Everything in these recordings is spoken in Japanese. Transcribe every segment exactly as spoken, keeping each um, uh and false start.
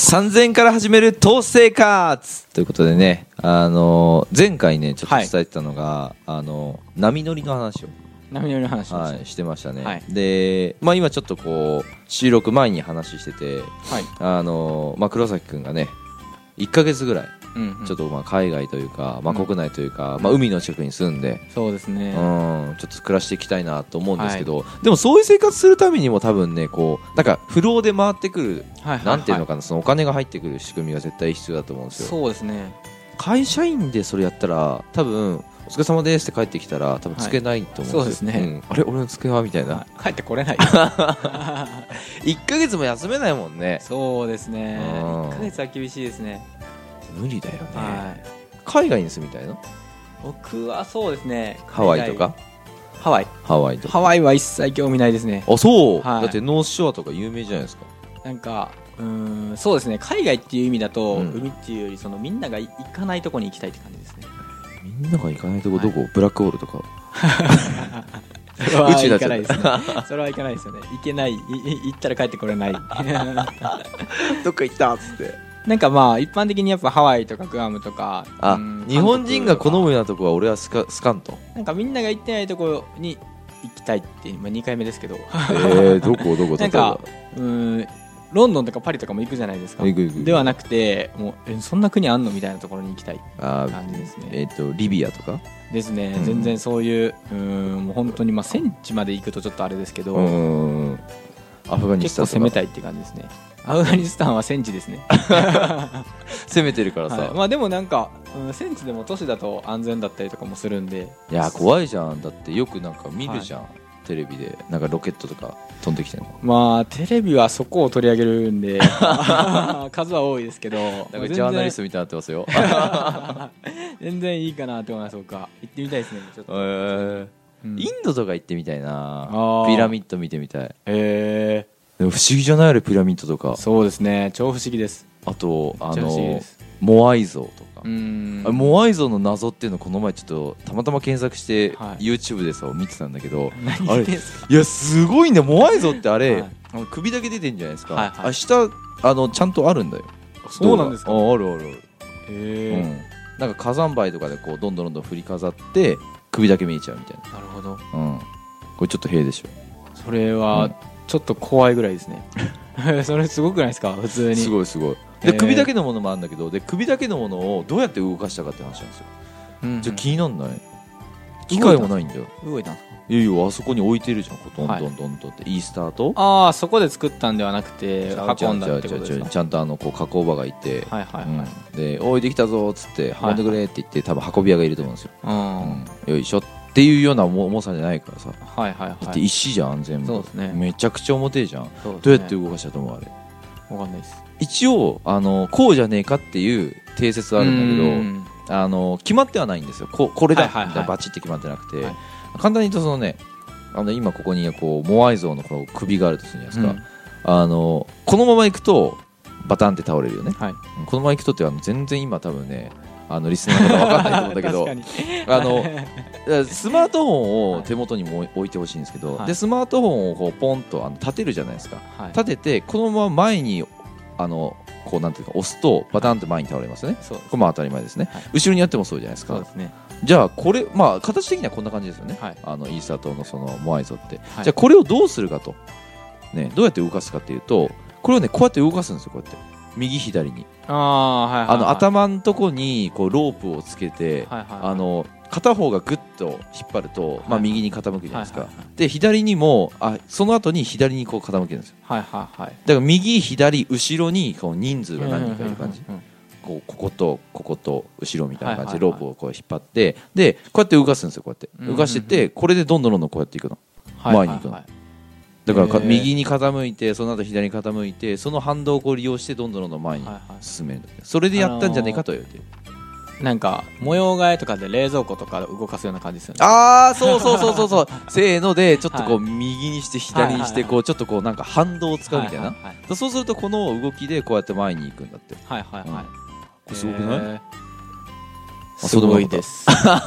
さんぜんえんから始める投資生活ということでね、あのー、前回ねちょっと伝えてたのが、はい、あのー、波乗りの話を波乗りの話を、 はい、してましたね、 はい、 で、まあ、今ちょっとこう収録前に話してて、 はい、 あのーまあ、黒崎くんがねいっかげつぐらいうんうん、 ちょっとまあ海外というか、まあ、国内というか、うんまあ、海の近くに住んで、 そうですね、 うん、ちょっと暮らしていきたいなと思うんですけど、はい、でもそういう生活するためにも多分ねこうなんかフローで回ってくる、はいはいはい、なんていうのかな、そのお金が入ってくる仕組みが絶対必要だと思うんですよ。 そうですね。 会社員でそれやったら多分お疲れ様ですって帰ってきたら多分つけないと思うんですよ、はい、そうですね、うん、あれ俺の机はみたいな、はい、 帰ってこれないいっかげつも休めないもんね。 そうですね、いっかげつは厳しいですね。 無理だよね、 はい、 海外に住みたいの？ 僕はそうですね、 ハワイとかハワイハワイとかハワイは一切興味ないですね。 あ、そう、 はい、 だってノースショアとか有名じゃないですか。 なんかうーんそうですね、海外っていう意味だと、うん、海っていうよりそのみんなが行かないとこに行きたいって感じですね。 みんなが行かないとこどこ、はい、ブラックホールとかそれは行かないですねそれは行かないですよね。行けない、行ったら帰ってこれないどっか行ったっつってなんかまあ一般的にやっぱハワイとかグアムとか、 あ、うん、日本人が好むようなとこは俺はスカ、スカンとなんかみんなが行ってないとこに行きたいって、まあ、にかいめですけどえー、どこどこなんかうーんロンドンとかパリとかも行くじゃないですか。 行く行くではなくてもうえそんな国あんのみたいなところに行きたい感じですね。 えー、とリビアとかですね、うん、全然そういう、うーんもう本当にまあ戦地まで行くとちょっとあれですけど、うーんアフガニスタンとか結構攻めたいって感じですね。アフガニスタンは戦地ですね攻めてるからさ、 はい、まあでもなんか、うん、戦地でも都市だと安全だったりとかもするんで。 いや怖いじゃん。だってよくなんか見るじゃん、はい、テレビでなんかロケットとか飛んできてるの。 まあテレビはそこを取り上げるんで数は多いですけどなんかジャーナリストみたいになってますよ全然いいかなと思います。僕は行ってみたいですねちょっと、えーうん、インドとか行ってみたいな。ピラミッド見てみたい。へえーでも不思議じゃないあれピラミッドとか。 そうですね、超不思議です。 あとあのモアイ像とか、 うーんあモアイ像の謎っていうのこの前ちょっとたまたま検索して、はい、YouTube でさ見てたんだけど、 何あれいやすごいね。モアイ像ってあれ、はい、あの首だけ出てんじゃないですか、はいはい、あ下あのちゃんとあるんだよ。 そうなんですか。 ああるあるある。へえ、 うん、なんか火山灰とかでこうどんどんどんどん振り飾って首だけ見えちゃうみたいな。 なるほど、 うん、これちょっと変でしょ。 それは、うんちょっと怖いぐらいですねそれすごくないですか普通に。 すごいすごい。で首だけのものもあるんだけど、で首だけのものをどうやって動かしたかって話なんですよ、うんうん、じゃ気になんない？機械もないんだよ。 動いたんですか？ いやいやあそこに置いてるじゃんどんどんどんどんって、はい、イースターとああそこで作ったんではなくて運んだってことですか？ ちゃんとあのこう加工場がいて、 はいはいはい、うん、 でおいできたぞっつって運んでくれって言って、はいはい、多分運び屋がいると思うんですよ、 うんうん、よいしょっていうような重さじゃないからさ、 はいはいはい、 だって石じゃん全部。 そうですね、 めちゃくちゃ重てえじゃん、ね、どうやって動かしたと思うあれ？ わかんないです。一応あのこうじゃねえかっていう定説はあるんだけど、あの決まってはないんですよ。 こ, これだ、はいはいはい、みたいなバチって決まってなくて、はい、簡単に言うとそのねあの今ここにこうモアイ像のこの首があるとするじゃないですか、うん、あのこのままいくとバタンって倒れるよね、はい、このままいくとってあの全然今多分ねあのリスナーの方分かんないと思うんだけどあのスマートフォンを手元にも置いてほしいんですけど、はい、でスマートフォンをこうポンとあの立てるじゃないですか、はい、立ててこのまま前にあのこうなんていうか押すとバタンと前に倒れますよね、はい、これも当たり前ですね、はい、後ろにやってもそうじゃないですか。 そうですね。 じゃあこれまあ形的にはこんな感じですよね、はい、あのイースター島のそのモアイ像って、はい、じゃあこれをどうするかと、ね、どうやって動かすかっていうとこれをねこうやって動かすんですよ。こうやって右左にあ、はいはいはい、 あの頭のとこにこうロープをつけて、はいはいはい、あの片方がグッと引っ張ると、まあ、右に傾くじゃないですか、はいはいはい、で左にもあその後に左にこう傾けるんですよ、 はいはいはい、 だから右左後ろにこう人数が何人かいる感じ、うんうんうんうん、こうこことここと後ろみたいな感じでロープをこう引っ張ってでこうやって動かすんですよ。こうやって動かしててこれでどんどんどんどんこうやっていくの、前に行くの、はいはいはい、だからか右に傾いてその後左に傾いてその反動をこう利用してどんどんどんどん前に進める、はいはい、それでやったんじゃねえかと言われてる、 あのー、なんか模様替えとかで冷蔵庫とか動かすような感じですよね。 ああそうそうそうそうそうせーのでちょっとこう右にして左にしてこうちょっとこうなんか反動を使うみたいな、はいはいはい、そうするとこの動きでこうやって前に行くんだって。 はいはいはい、うん、 これすごくない？えー、すごいです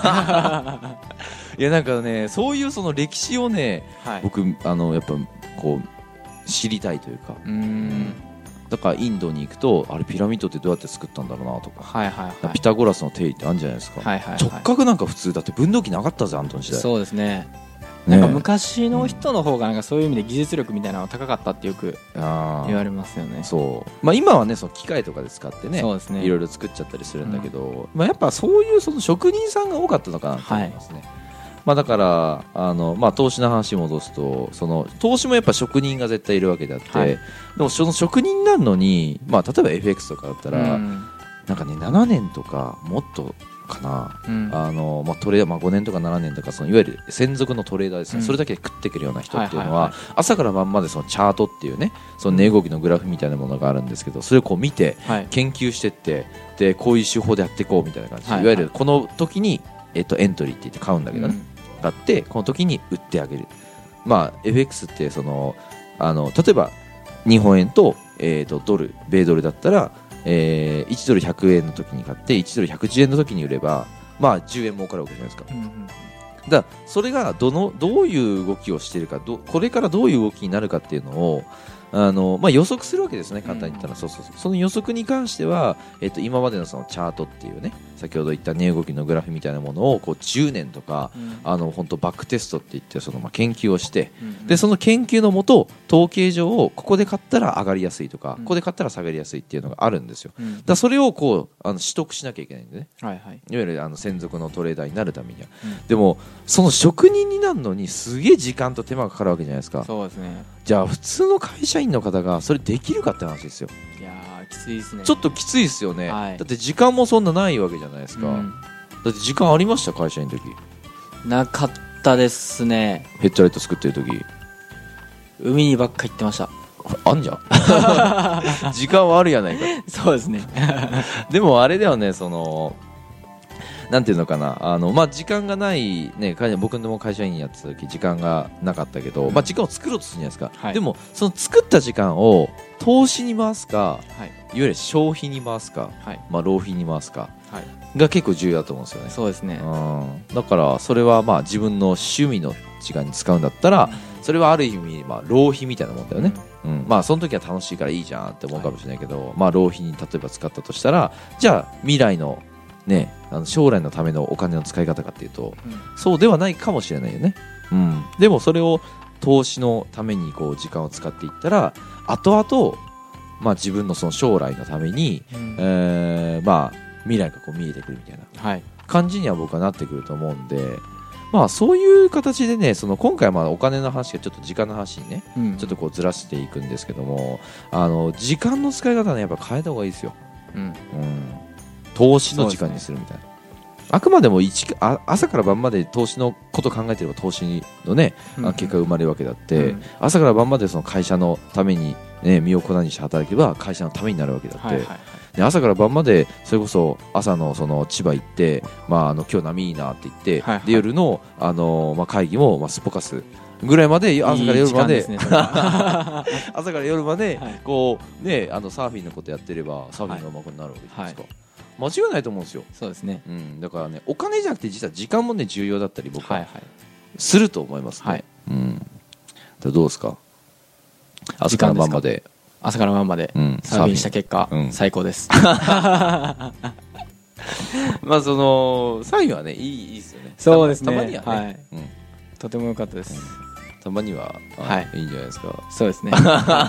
いやなんかねそういうその歴史をね、はい、僕あのやっぱこう知りたいというか、 うーんだからインドに行くとあれピラミッドってどうやって作ったんだろうなとか、 はいはいはい、 ピタゴラスの定理ってあるんじゃないですか、 はいはいはい、 直角なんか普通だって分度器なかったぜあの時代。 そうですね。なんか昔の人の方がなんかそういう意味で技術力みたいなのが高かったってよく言われますよね。 そう、まあ、今はねその機械とかで使ってね、 そうですね、 いろいろ作っちゃったりするんだけど、うん、まあ、やっぱそういうその職人さんが多かったのかなと思いますね、はい。まあ、だからあの、まあ、投資の話に戻すとその投資もやっぱ職人が絶対いるわけであって、はい、でもその職人になるのに、まあ、例えば エフエックス とかだったら、うん、なんかねななねんとかもっとかな、うん、あのまあ、トレーダー、まあ、ごねんとかななねんとかそのいわゆる専属のトレーダーですね、うん、それだけで食ってくるような人っていうのは、はいはいはい、朝から晩までそのチャートっていうねその値動きのグラフみたいなものがあるんですけどそれをこう見て、はい、研究していってでこういう手法でやっていこうみたいな感じで、はいはい、いわゆるこの時に、えっと、エントリーって言って買うんだけどね、うん、買ってこの時に売ってあげる、まあ、エフエックス ってそのあの例えば日本円と、えー、とドル米ドルだったら、えー、いちドルひゃくえんの時に買っていちドルひゃくじゅうえんの時に売ればまあ、じゅうえん儲かるわけじゃないですか、うんうん、だからそれがどのどういう動きをしているかどこれからどういう動きになるかっていうのをあの、まあ、予測するわけですね簡単に言ったら、うん、そうそうそうその予測に関しては、えっと、今までのそのチャートっていうね先ほど言った値動きのグラフみたいなものをこうじゅうねんとか、うん、あの本当バックテストって言ってそのまあ研究をして、うんうん、でその研究のもと統計上をここで買ったら上がりやすいとか、うん、ここで買ったら下がりやすいっていうのがあるんですよ、うん、だからそれをこうあの取得しなきゃいけないんでね、はいはい、いわゆるあの専属のトレーダーになるためには、うん、でもその職人になるのにすげえ時間と手間がかかるわけじゃないですか。 そうですね。 じゃあ普通の会社員の方がそれできるかって話ですよ。 いやーきついですね。 ちょっときついですよね、はい、だって時間もそんなないわけじゃないですか、うん、だって時間ありました会社員の時。 なかったですね。 ヘッドライト作ってる時海にばっか行ってました。 あんじゃん時間はあるやないかそうですねでもあれだよねそのなんていうのかなあの、まあ、時間がない、ね、僕の会社員やってた時時間がなかったけど、まあ、時間を作ろうとするじゃないですか、はい、でもその作った時間を投資に回すか、はい、いわゆる消費に回すか、はい、まあ、浪費に回すか、はい、が結構重要だと思うんですよね。 そうですね、 うん、だからそれはまあ自分の趣味の時間に使うんだったら、うん、それはある意味まあ浪費みたいなもんだよね、うんうん、まあその時は楽しいからいいじゃんって思うかもしれないけど、はい、まあ浪費に例えば使ったとしたらじゃあ未来のね、あの将来のためのお金の使い方かっていうと、うん、そうではないかもしれないよね、うん、でもそれを投資のためにこう時間を使っていったら後々、まあ、自分のその将来のために、うん、えーまあ、未来がこう見えてくるみたいな感じには僕はなってくると思うんで、まあ、そういう形でねその今回はまあお金の話がちょっと時間の話にね、うん、ちょっとこうずらしていくんですけどもあの時間の使い方ねやっぱ変えた方がいいですよ、うんうん投資の時間にするみたいな、ね、あくまでも一あ朝から晩まで投資のこと考えてれば投資の、ね、うんうん、結果が生まれるわけだって、うん、朝から晩までその会社のために、ね、身を粉にして働けば会社のためになるわけだって、はいはいはい、で朝から晩までそれこそ朝のその千葉行って、まあ、あの今日波いいなって言って、はいはい、で夜の、あのまあ、会議も、まあ、スポカスぐらいまで朝から夜まで、いいね、朝から夜まで、はい、こうねあのサーフィンのことやってればサーフィンがうまくなるわけじゃないですか、はいはい、間違いないと思うんですよ。 そうですね、 うん、だからねお金じゃなくて実は時間もね重要だったり僕はすると思いますね、はいはい、うん、どうですか朝から晩まで朝から晩までサーフィンした結果、うん、最高ですまあそのサーフィンはねいい、いいですよね。 そうですね、 たまにはね、はい、うん、 とても良かったです、 うん、たまには、はい、いいんじゃないですか。 そうですね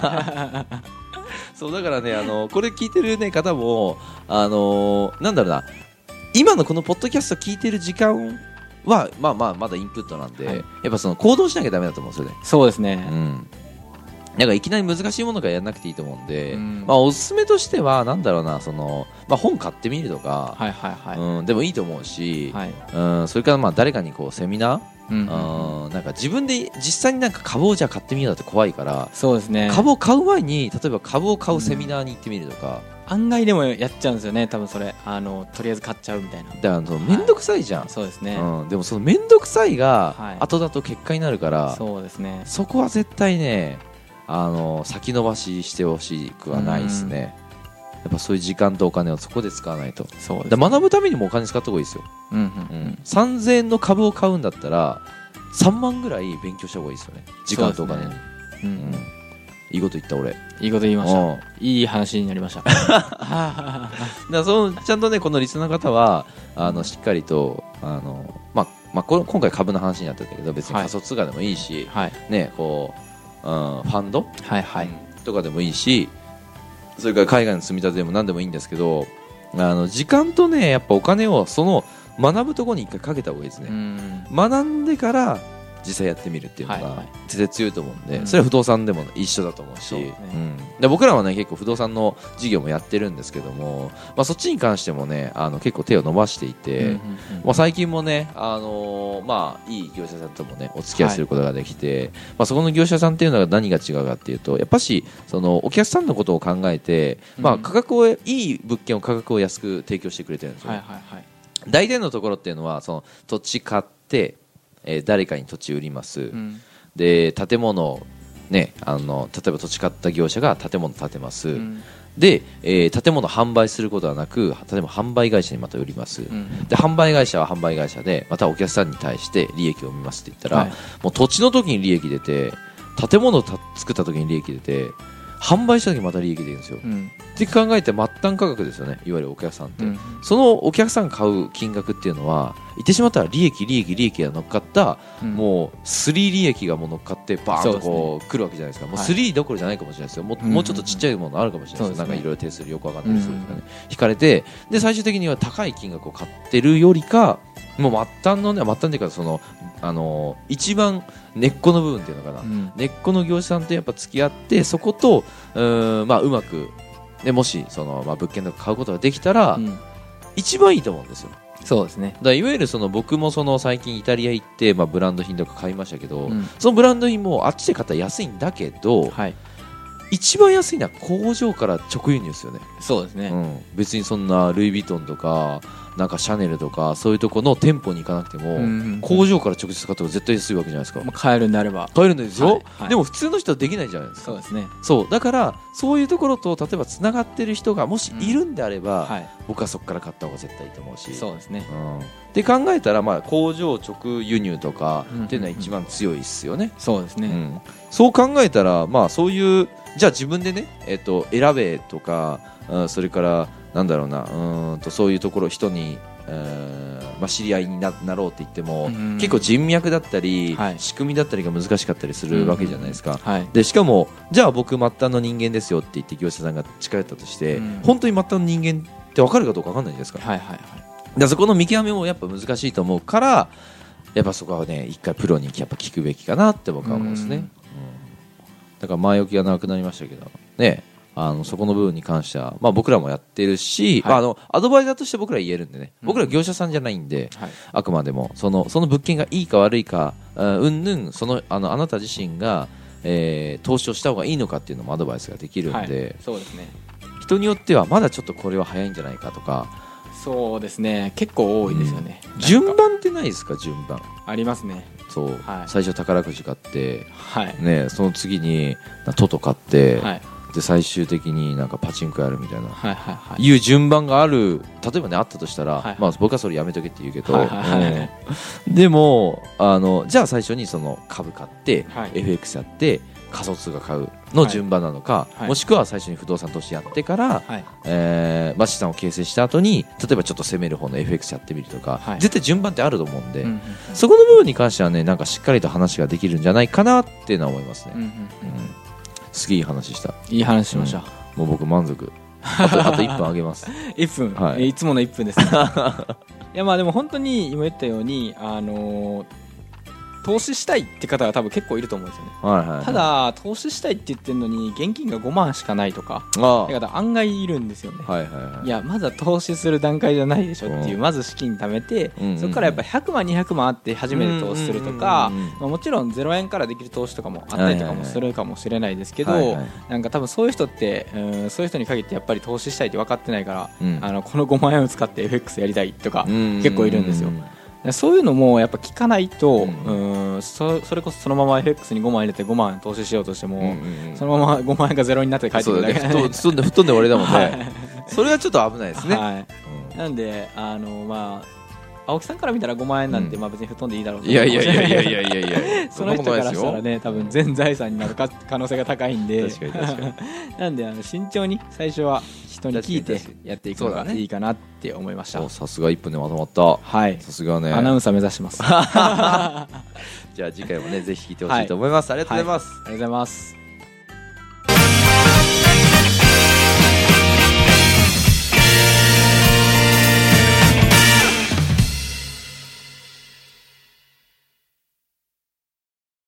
そうだからねあのこれ聞いてる、ね、方もあのなんだろうな今のこのポッドキャスト聞いてる時間はまあまあまだインプットなんで、はい、やっぱその行動しなきゃダメだと思うんですよね。 そうですね、 うん、なんかいきなり難しいものからやらなくていいと思うんで、うん、まあ、おすすめとしてはなんだろうなその、まあ、本買ってみるとか、はいはいはい、うん、でもいいと思うし、はい、うん、それからまあ誰かにこうセミナー、うんうんうん、なんか自分で実際になんか株をじゃあ買ってみようだって怖いから、 そうですね、 株を買う前に例えば株を買うセミナーに行ってみるとか、 うん、案外でもやっちゃうんですよね多分それあのとりあえず買っちゃうみたいな。 だからその面倒くさいじゃん、はい、 そうですね、 うん、でもその面倒くさいが後だと結果になるから、はい、 そうですね、 そこは絶対ねあの先延ばししてほしくはないですね。やっぱそういう時間とお金をそこで使わないと。そうですね、だ学ぶためにもお金使った方がいいですよ、うんうんうん、さんぜんえんの株を買うんだったらさんまんぐらい勉強した方がいいですよね時間とお金に、ね、うんうん、 いいこと言った俺。 いいこと言いました。いい話になりました。だからそのちゃんとねこのリスナーの方はあのしっかりとあのまあまあこの今回株の話になってたけど別に仮想通貨でもいいし、はい、ねこう、うん、ファンド、はいはい、とかでもいいし、それから海外の積み立てでも何でもいいんですけど、あの時間とねやっぱお金をその学ぶところに一回かけた方がいいですね。学んでから実際やってみるっていうのが絶対強いと思うんで、はいはい、それは不動産でも一緒だと思うし、うんねうん、で僕らはね結構不動産の事業もやってるんですけども、まあ、そっちに関してもねあの結構手を伸ばしていて、うんうんうんまあ、最近もね、あのーまあ、いい業者さんともねお付き合いすることができて、はいまあ、そこの業者さんっていうのが何が違うかっていうとやっぱしそのお客さんのことを考えて、まあ、価格をいい物件を価格を安く提供してくれてるんですよ、はいはいはい、大体のところっていうのはその土地買ってえー、誰かに土地売ります、うん、で建物、ね、あの例えば土地買った業者が建物建てます、うん、で、えー、建物販売することはなく例えば販売会社にまた売ります、うん、で販売会社は販売会社でまたお客さんに対して利益を見ますって言ったら、はい、もう土地の時に利益出て建物を作った時に利益出て販売した時にまた利益出るんですよ、うん、って考えて末端価格ですよねいわゆるお客さんって、うん、そのお客さんが買う金額っていうのは言ってしまったら利益利益利益が乗っかった、うん、もうスリー利益がもう乗っかってバーンとこう来るわけじゃないですか。もうスリーどころじゃないかもしれないですよ。もう、もうちょっとちっちゃいものあるかもしれないですよ。なんかいろいろ手数料よくわかんないですけど、ね、引かれてで最終的には高い金額を買ってるよりかもう末端のね末端っていうかそのあの一番根っこの部分っていうのかな、うん、根っこの業者さんとやっぱ付き合ってそことうーん、まあ、うまくでもしその、まあ、物件とか買うことができたら、うん、一番いいと思うんですよ。 そうですね。 だからいわゆるその僕もその最近イタリア行って、まあ、ブランド品とか買いましたけど、うん、そのブランド品もあっちで買ったら安いんだけど、はい、一番安いのは工場から直輸入ですよね。 そうですね、 うん、別にそんなルイ・ヴィトンとかなんかシャネルとかそういうとこの店舗に行かなくても、うんうんうん、工場から直接買った方が絶対安いわけじゃないですか。 まあ、買えるんであれば買えるんですよ、はいはい、でも普通の人はできないじゃないですか。 そうですね。 そうだからそういうところと例えばつながってる人がもしいるんであれば、うんはい、僕はそこから買った方が絶対いいと思うし。 そうですね、 うん、で考えたら、まあ、工場直輸入とかっていうのは一番強いですよね、うんうんうん、 そうですね、うん、 そう考えたら、まあ、そういうじゃあ自分でね、えっと、選べとか、うん、それからなんだろうなうんとそういうところ人にまあ、知り合いに な, なろうって言っても、うん、結構人脈だったり、はい、仕組みだったりが難しかったりするわけじゃないですか、うんはい、でしかもじゃあ僕末端の人間ですよって言って業者さんが近寄ったとして、うん、本当に末端の人間って分かるかどうか分かんないじゃないですか、はいはいはい、でそこの見極めもやっぱ難しいと思うからやっぱそこはね一回プロにやっぱ聞くべきかなって僕は思うんですね、うんうん、だから前置きが長くなりましたけどね、あのそこの部分に関しては、まあ、僕らもやってるし、はい、あのアドバイザーとして僕ら言えるんでね、僕ら業者さんじゃないんで、うん、あくまでもその、その物件がいいか悪いかうんぬんその あのあなた自身が、えー、投資をした方がいいのかっていうのもアドバイスができるんで、はい、 そうですね、 人によってはまだちょっとこれは早いんじゃないかとか。 そうですね、結構多いですよね、 うん、順番ってないですか？順番ありますね。 そう、 はい、 最初宝くじ買って、はいね、その次にトト買って、はいで最終的になんかパチンコやるみたいな、はいはいはい、いう順番がある例えばねあったとしたら、はいはいまあ、僕はそれやめとけって言うけど、はいはいはいうん、でもあのじゃあ最初にその株買って、はい、エフエックス やって仮想通貨買うの順番なのか、はい、もしくは最初に不動産投資やってから、はいえーまあ、資産を形成した後に例えばちょっと攻める方の エフエックス やってみるとか、はい、絶対順番ってあると思うんで、うんうんうん、そこの部分に関してはねなんかしっかりと話ができるんじゃないかなっていうのは思いますね、うんうんうんすげえいい話した。 いい話しました、 うん、もう僕満足。あと、あといっぷんあげます。 いっぷん、はい、いつものいっぷんです、ね、いやまあでも本当に今言ったようにあのー投資したいって方が多分結構いると思うんですよね、はいはいはい、ただ投資したいって言ってるのに現金がごまんしかないとかって方案外いるんですよね、はいはいはい、いやまずは投資する段階じゃないでしょっていう、うん、まず資金貯めて、うんうんうん、そこからやっぱひゃくまんにひゃくまんあって初めて投資するとか、うんうんうんまあ、もちろんゼロえんからできる投資とかもあったりとかもするかもしれないですけど、はいはいはい、なんか多分そういう人って、うん、そういう人に限ってやっぱり投資したいって分かってないから、うん、あのこのごまんえんを使って エフエックス やりたいとか結構いるんですよ、うんうんうんそういうのもやっぱ聞かないと、うん、うん そ, それこそそのまま エフエックス にごまん入れてごまん投資しようとしても、うんうんうん、そのままごまんえんがゼロになって帰ってくるだけで、ね、 吹っ飛んで終わりだもんね、はい、それはちょっと危ないですね、はいうん、なんであの、まあ、 青木さんから見たらごまん円なんてまあ別に吹っ飛んでいいだろうといやいやいやいやいやいやいやその人からしたらね多分全財産になるか可能性が高いんで確かに確かになんであの慎重に最初は人に聞いてやっていくのがいいかなって思いました。 さすがいっぷんでまとまった。 はいさすがねアナウンサー目指してますじゃあ次回もねぜひ聞いてほしいと思います、はい、ありがとうございます、 はい、ありがとうございます。